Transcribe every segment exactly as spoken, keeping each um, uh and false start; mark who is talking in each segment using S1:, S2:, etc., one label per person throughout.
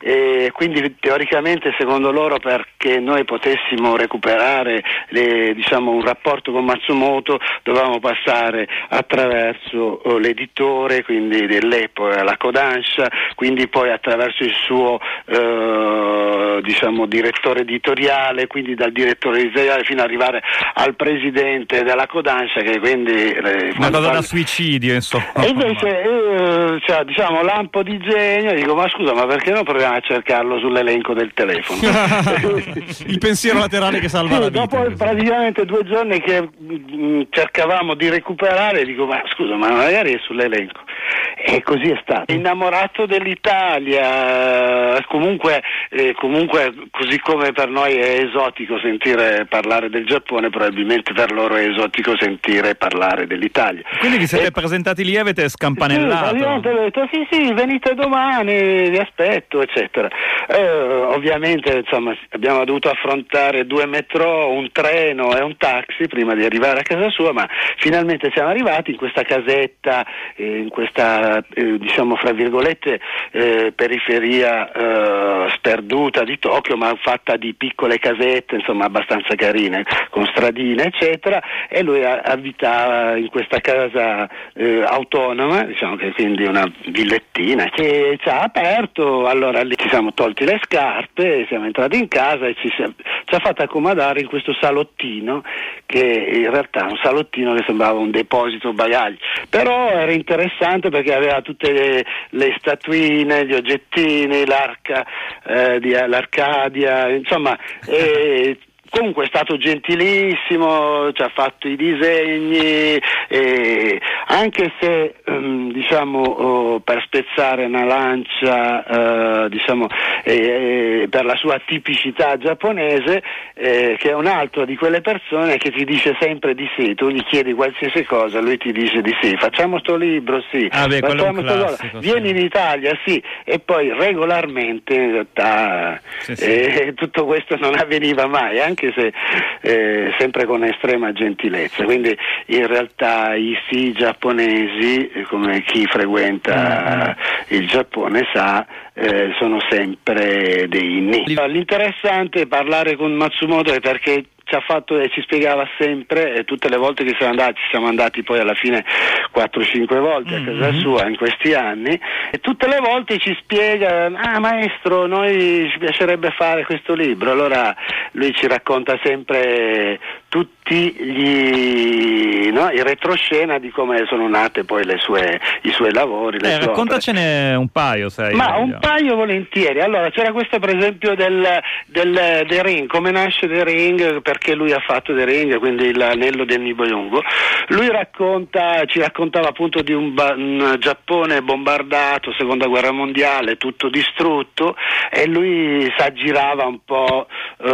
S1: e quindi teoricamente secondo loro perché noi potessimo recuperare le, diciamo, un rapporto con Matsumoto dovevamo passare attraverso oh, l'editore, quindi dell'epoca, la Kodansha, quindi poi attraverso il suo eh, diciamo direttore editoriale, quindi dal direttore editoriale fino ad arrivare al presidente della Kodansha, che quindi eh,
S2: una cosa da suicidio, insomma.
S1: E invece eh, cioè, diciamo lampo di genio, dico ma scusa, ma perché non proviamo a cercarlo sull'elenco del telefono?
S2: Il pensiero laterale che salva
S1: sì,
S2: la vita.
S1: Dopo praticamente due giorni che mh, cercavamo di recuperare, dico ma scusa, ma magari è sull'elenco. E così è stato. Innamorato dell'Italia, comunque, eh, comunque così come per noi è esotico sentire parlare del Giappone, probabilmente per loro è esotico sentire parlare dell'Italia.
S2: Quindi vi siete
S1: e...
S2: presentati lì e avete scampanellato?
S1: Sì, ho detto sì sì, venite domani, vi aspetto, eccetera. Eh, ovviamente insomma abbiamo dovuto affrontare due metro, un treno e un taxi prima di arrivare a casa sua, ma finalmente siamo arrivati in questa casetta, eh, in questa eh, diciamo fra virgolette eh, periferia eh, sperduta di Tokyo, ma fatta di piccole casette insomma abbastanza carine con stradine eccetera, e lui abitava in questa casa eh, autonoma, diciamo che quindi una villettina che ci ha aperto. Allora lì ci siamo tolti le scarpe, siamo entrati in casa e ci, siamo, ci ha fatto accomodare in questo salottino, che in realtà è un salottino che sembrava un deposito bagagli, però era interessante perché aveva tutte le, le statuine, gli oggettini, l'arca eh, di, l'Arcadia, insomma eh, comunque è stato gentilissimo, ci ha fatto i disegni, eh, anche se ehm, diciamo oh, per spezzare una lancia eh, diciamo eh, per la sua tipicità giapponese, eh, che è un altro di quelle persone che ti dice sempre di sì, tu gli chiedi qualsiasi cosa, lui ti dice di sì, facciamo sto libro, sì,
S2: ah, beh,
S1: facciamo sto
S2: classico, sì.
S1: Vieni in Italia, sì, e poi regolarmente in realtà
S2: sì, sì.
S1: Eh, tutto questo non avveniva mai, anche anche se eh, sempre con estrema gentilezza. Quindi in realtà i sì giapponesi, come chi frequenta il Giappone sa, eh, sono sempre dei ni. L'interessante è parlare con Matsumoto è perché ci ha fatto e ci spiegava sempre, e tutte le volte che siamo andati, siamo andati poi alla fine quattro cinque volte a casa mm-hmm. sua in questi anni, e tutte le volte ci spiega: ah maestro, noi ci piacerebbe fare questo libro. Allora lui ci racconta sempre tutti gli no, i retroscena di come sono nate poi le sue, i suoi lavori. Le
S2: eh,
S1: sue
S2: raccontacene opere. Un paio, sai.
S1: Ma un paio volentieri. Allora c'era questo per esempio del, del The Ring, come nasce The Ring, perché lui ha fatto The Ring, quindi l'anello del Nibelungo. Lui racconta, ci raccontava appunto di un, ba- un Giappone bombardato, seconda guerra mondiale, tutto distrutto, e lui s'aggirava un po'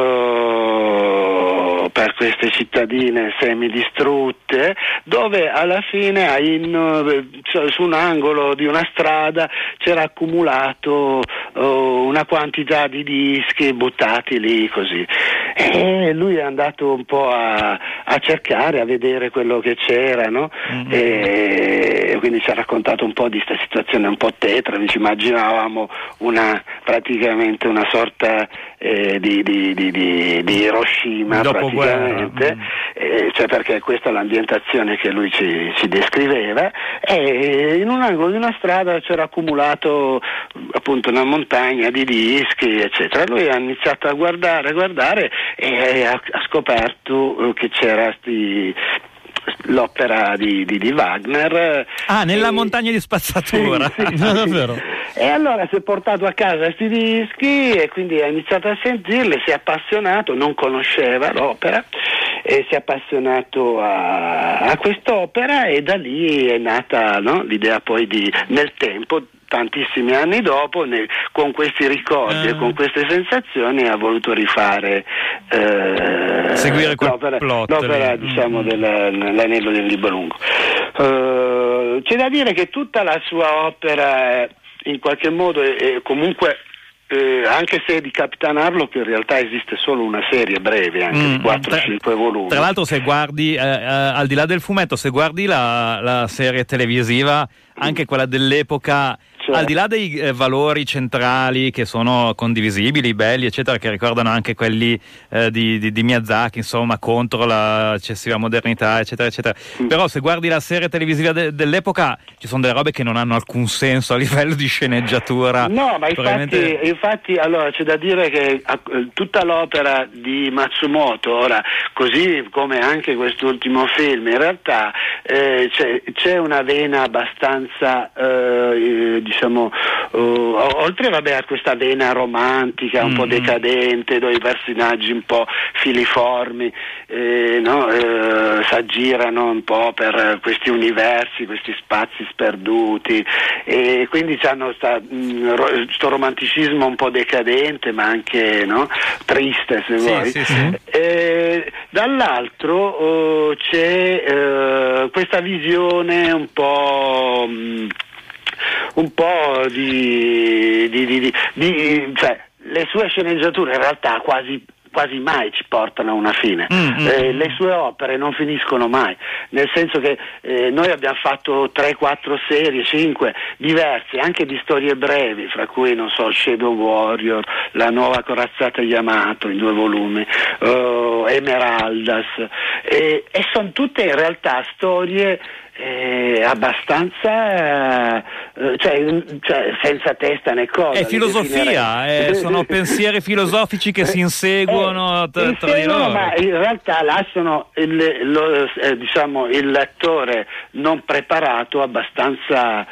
S1: uh, per queste cittadine semidistrutte, dove alla fine in, cioè, su un angolo di una strada c'era accumulato uh, una quantità di dischi buttati lì così, e lui è andato un po' a, a cercare, a vedere quello che c'era, no? Mm-hmm. E quindi ci ha raccontato un po' di questa situazione un po' tetra. Ci immaginavamo una praticamente una sorta eh, di, di, di, di, di Hiroshima praticamente, mm. eh, cioè perché questa è l'ambientazione che lui ci, ci descriveva, e in un angolo di una strada c'era accumulato appunto una montagna di dischi eccetera. Lui ha iniziato a guardare, a guardare e ha, ha scoperto che c'era sti l'opera di, di, di Wagner.
S2: Ah, nella
S1: e...
S2: montagna di spazzatura.
S1: Sì, sì,
S2: no,
S1: sì,
S2: davvero.
S1: Sì. E allora si è portato a casa questi dischi e quindi ha iniziato a sentirli, si è appassionato, non conosceva l'opera, e si è appassionato a, a quest'opera, e da lì è nata, no, l'idea poi di, nel tempo, tantissimi anni dopo, ne, con questi ricordi uh. e con queste sensazioni, ha voluto rifare eh,
S2: seguire quel
S1: l'opera,
S2: plot,
S1: l'opera diciamo, mm. dell'anello del Nibelungo. Uh, c'è da dire che tutta la sua opera è, in qualche modo è, è comunque Eh, anche se di Capitan Harlock in realtà esiste solo una serie breve, anche mm, di quattro cinque volumi.
S2: Tra l'altro, se guardi, eh, eh, al di là del fumetto, se guardi la, la serie televisiva, anche quella dell'epoca,
S1: Cioè.
S2: Al di là dei eh, valori centrali che sono condivisibili, belli, eccetera, che ricordano anche quelli eh, di, di, di Miyazaki, insomma, contro la eccessiva modernità, eccetera, eccetera. Mm. Però se guardi la serie televisiva de- dell'epoca, ci sono delle robe che non hanno alcun senso a livello di sceneggiatura.
S1: No, ma infatti,
S2: probabilmente...
S1: infatti allora c'è da dire che a, tutta l'opera di Matsumoto, ora, così come anche quest'ultimo film, in realtà eh, c'è, c'è una vena abbastanza, eh, diciamo, uh, oltre vabbè, a questa vena romantica, un mm-hmm. po' decadente, dove i personaggi un po' filiformi eh, no, eh, s'aggirano un po' per questi universi, questi spazi sperduti, e quindi hanno questo romanticismo un po' decadente, ma anche no, triste, se
S2: sì,
S1: vuoi.
S2: Sì, sì.
S1: E, dall'altro oh, c'è eh, questa visione un po' mh, un po' di, di, di, di, di cioè le sue sceneggiature in realtà quasi quasi mai ci portano a una fine. Mm-hmm. Eh, le sue opere non finiscono mai, nel senso che eh, noi abbiamo fatto tre quattro serie, cinque diverse, anche di storie brevi, fra cui non so Shadow Warrior, La nuova corazzata Yamato in due volumi, uh, Emeraldas, e, e sono tutte in realtà storie Eh, abbastanza eh, cioè, cioè senza testa né cosa.
S2: È filosofia, eh, sono pensieri filosofici che si inseguono
S1: eh,
S2: tra, tra di loro,
S1: ma in realtà lasciano il, lo, eh, diciamo, il lettore non preparato abbastanza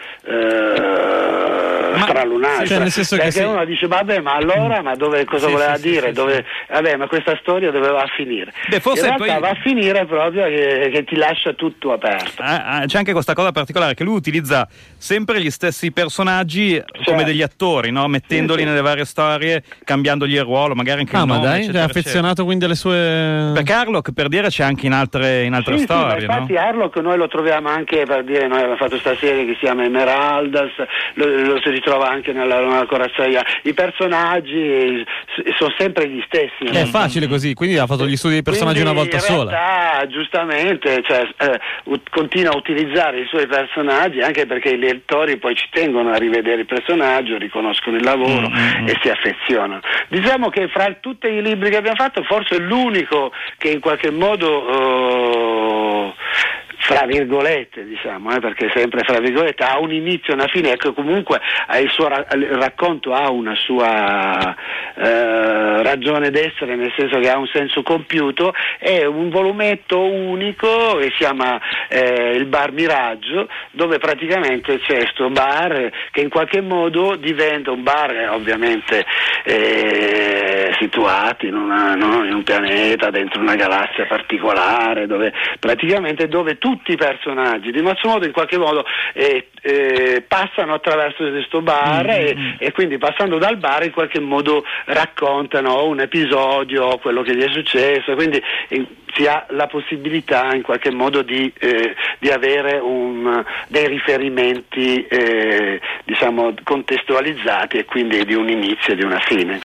S1: eh, stralunato,
S3: cioè, nel senso
S1: perché
S3: che se...
S1: uno dice vabbè, ma allora ma dove, cosa
S2: sì,
S1: voleva
S2: sì,
S1: dire
S2: sì,
S1: dove,
S2: sì.
S1: vabbè, ma questa storia dove va a finire?
S2: Beh, forse
S1: in realtà
S2: poi...
S1: va a finire proprio che, che ti lascia tutto aperto.
S2: Ah, c'è anche questa cosa particolare che lui utilizza sempre gli stessi personaggi, cioè, come degli attori, no? Mettendoli sì, sì. nelle varie storie, cambiandogli il ruolo, magari anche
S3: ah,
S2: il nome.
S3: Ah, ma dai,
S2: eccetera,
S3: è affezionato quindi alle sue...
S2: Perché Harlock, per dire, c'è anche in altre, in altre
S1: sì,
S2: storie,
S1: sì, ma infatti
S2: no?
S1: Harlock noi lo troviamo anche, per dire, noi abbiamo fatto questa serie che si chiama Emeraldas, lo, lo si ritrova anche nella nuova corazzaia. I personaggi sono sempre gli stessi.
S3: È facile così, quindi ha fatto gli studi dei personaggi
S1: quindi,
S3: una volta
S1: in
S3: sola.
S1: Realtà, giustamente, cioè, eh, ut- continua a utilizzare i suoi personaggi, anche perché i lettori poi ci tengono a rivedere il personaggio, riconoscono il lavoro mm-hmm. e si affezionano. Diciamo che fra tutti i libri che abbiamo fatto, forse l'unico che in qualche modo uh, fra virgolette, diciamo, eh, perché sempre fra virgolette, ha un inizio e una fine, ecco, comunque il suo ra- il racconto ha una sua eh, ragione d'essere, nel senso che ha un senso compiuto, è un volumetto unico che si chiama eh, il Bar Miraggio, dove praticamente c'è questo bar che in qualche modo diventa un bar eh, ovviamente eh, situato in, una, no, in un pianeta, dentro una galassia particolare, dove praticamente dove tutti i personaggi di Matsumoto in qualche modo eh, eh, passano attraverso questo bar mm-hmm. e, e quindi passando dal bar in qualche modo raccontano un episodio, quello che gli è successo, quindi in, si ha la possibilità in qualche modo di, eh, di avere un, dei riferimenti eh, diciamo contestualizzati e quindi di un inizio e di una fine.